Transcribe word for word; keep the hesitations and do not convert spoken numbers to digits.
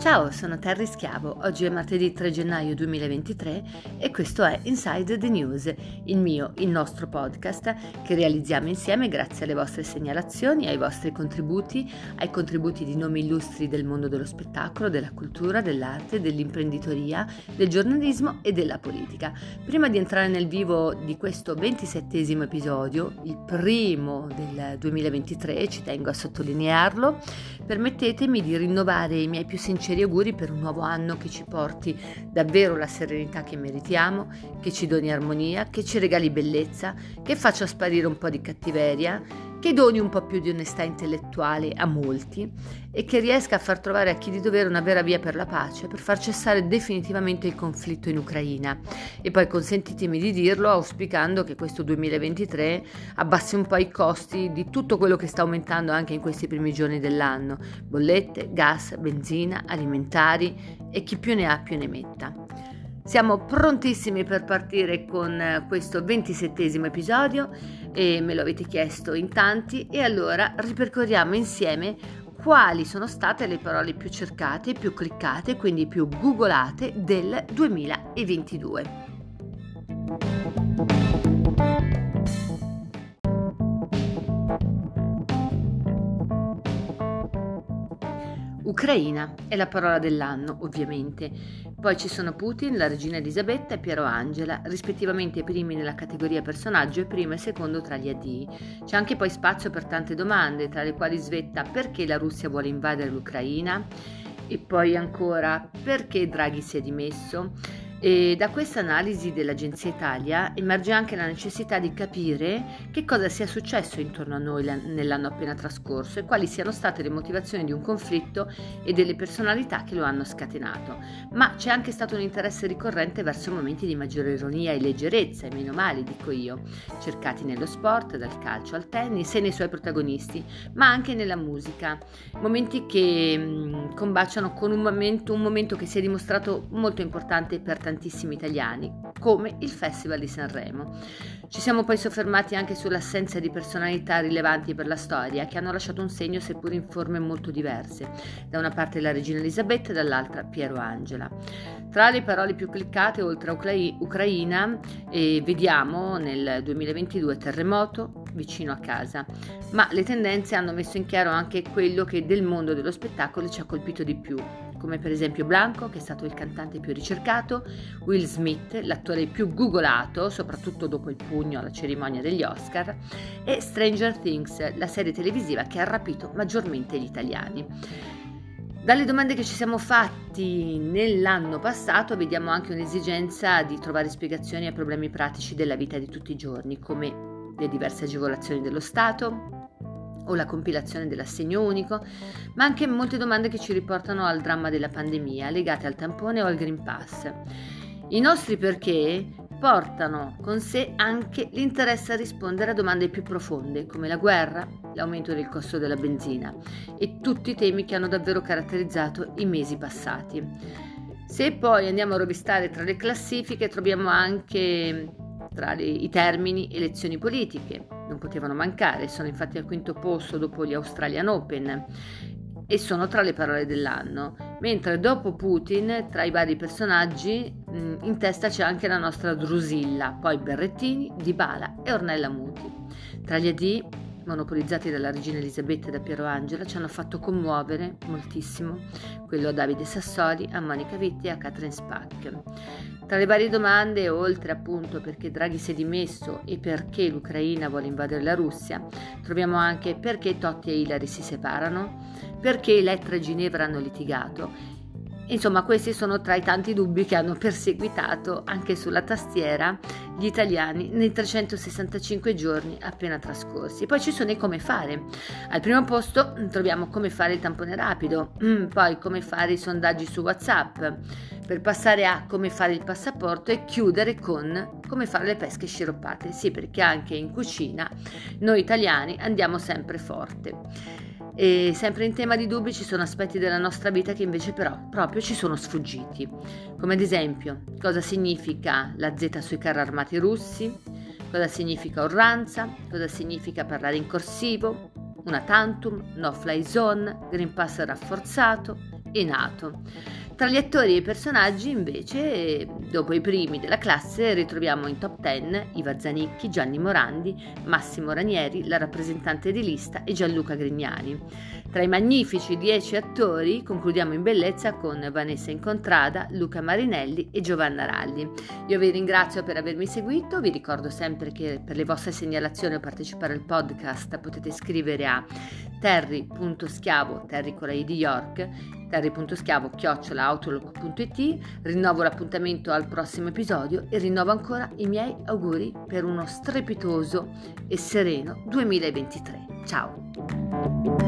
Ciao, sono Terry Schiavo, oggi è martedì tre gennaio duemilaventitré e questo è Inside the News, il mio, il nostro podcast che realizziamo insieme grazie alle vostre segnalazioni, ai vostri contributi, ai contributi di nomi illustri del mondo dello spettacolo, della cultura, dell'arte, dell'imprenditoria, del giornalismo e della politica. Prima di entrare nel vivo di questo ventisettesimo episodio, il primo del duemilaventitré, ci tengo a sottolinearlo, permettetemi di rinnovare i miei più sinceri auguri per un nuovo anno che ci porti davvero la serenità che meritiamo, che ci doni armonia, che ci regali bellezza, che faccia sparire un po' di cattiveria, che doni un po' più di onestà intellettuale a molti e che riesca a far trovare a chi di dovere una vera via per la pace, per far cessare definitivamente il conflitto in Ucraina. E poi consentitemi di dirlo auspicando che questo duemilaventitré abbassi un po' i costi di tutto quello che sta aumentando anche in questi primi giorni dell'anno: bollette, gas, benzina, alimentari e chi più ne ha più ne metta. Siamo prontissimi per partire con questo ventisettesimo episodio e me lo avete chiesto in tanti, e allora ripercorriamo insieme quali sono state le parole più cercate, più cliccate, quindi più googolate del duemilaventidue. Ucraina è la parola dell'anno, ovviamente. Poi ci sono Putin, la regina Elisabetta e Piero Angela, rispettivamente primi nella categoria personaggio e primo e secondo tra gli addii. C'è anche poi spazio per tante domande, tra le quali svetta perché la Russia vuole invadere l'Ucraina e poi ancora perché Draghi si è dimesso. E da questa analisi dell'Agenzia Italia emerge anche la necessità di capire che cosa sia successo intorno a noi nell'anno appena trascorso e quali siano state le motivazioni di un conflitto e delle personalità che lo hanno scatenato. Ma c'è anche stato un interesse ricorrente verso momenti di maggiore ironia e leggerezza, e meno male, dico io, cercati nello sport, dal calcio al tennis e nei suoi protagonisti, ma anche nella musica. Momenti che mh, combaciano con un momento, un momento che si è dimostrato molto importante per tantissimi italiani, come il Festival di Sanremo. Ci siamo poi soffermati anche sull'assenza di personalità rilevanti per la storia che hanno lasciato un segno, seppur in forme molto diverse. Da una parte la regina Elisabetta e dall'altra Piero Angela. Tra le parole più cliccate, oltre a Ucra- Ucraina, eh, vediamo nel duemilaventidue terremoto, vicino a casa. Ma le tendenze hanno messo in chiaro anche quello che del mondo dello spettacolo ci ha colpito di più, come per esempio Blanco, che è stato il cantante più ricercato, Will Smith, l'attore più googolato, soprattutto dopo il pugno alla cerimonia degli Oscar, e Stranger Things, la serie televisiva che ha rapito maggiormente gli italiani. Dalle domande che ci siamo fatti nell'anno passato vediamo anche un'esigenza di trovare spiegazioni ai problemi pratici della vita di tutti i giorni, come le diverse agevolazioni dello Stato o la compilazione dell'assegno unico, ma anche molte domande che ci riportano al dramma della pandemia, legate al tampone o al Green Pass. I nostri perché portano con sé anche l'interesse a rispondere a domande più profonde, come la guerra, l'aumento del costo della benzina e tutti i temi che hanno davvero caratterizzato i mesi passati. Se poi andiamo a rovistare tra le classifiche, troviamo anche tra le, i termini elezioni politiche. Non potevano mancare, sono infatti al quinto posto dopo gli Australian Open e sono tra le parole dell'anno, mentre dopo Putin tra i vari personaggi mh, in testa c'è anche la nostra Drusilla, poi Berrettini, Dybala e Ornella Muti. Tra gli addii monopolizzati dalla regina Elisabetta e da Piero Angela ci hanno fatto commuovere moltissimo quello a Davide Sassoli, a Monica Vitti e a Catherine Spack. Tra le varie domande, oltre appunto perché Draghi si è dimesso e perché l'Ucraina vuole invadere la Russia, troviamo anche perché Totti e Hillary si separano, perché Letta e Ginevra hanno litigato. Insomma, questi sono tra i tanti dubbi che hanno perseguitato anche sulla tastiera gli italiani nei trecentosessantacinque giorni appena trascorsi. Poi ci sono i come fare. Al primo posto troviamo come fare il tampone rapido, poi come fare i sondaggi su WhatsApp, per passare a come fare il passaporto e chiudere con come fare le pesche sciroppate. Sì, perché anche in cucina noi italiani andiamo sempre forte. E sempre in tema di dubbi ci sono aspetti della nostra vita che invece però proprio ci sono sfuggiti, come ad esempio cosa significa la Z sui carri armati russi, cosa significa orranza, cosa significa parlare in corsivo, una tantum, no fly zone, Green Pass rafforzato, è nato. Tra gli attori e i personaggi, invece, dopo i primi della classe, ritroviamo in top dieci Iva Zanicchi, Gianni Morandi, Massimo Ranieri, la rappresentante di lista e Gianluca Grignani. Tra i magnifici dieci attori concludiamo in bellezza con Vanessa Incontrada, Luca Marinelli e Giovanna Ralli. Io vi ringrazio per avermi seguito, vi ricordo sempre che per le vostre segnalazioni o partecipare al podcast potete scrivere a terry.schiavo, Terry con la I di York, terry.schiavo chiocciola outlook punto it. Rinnovo l'appuntamento al prossimo episodio e rinnovo ancora i miei auguri per uno strepitoso e sereno duemilaventitré. Ciao!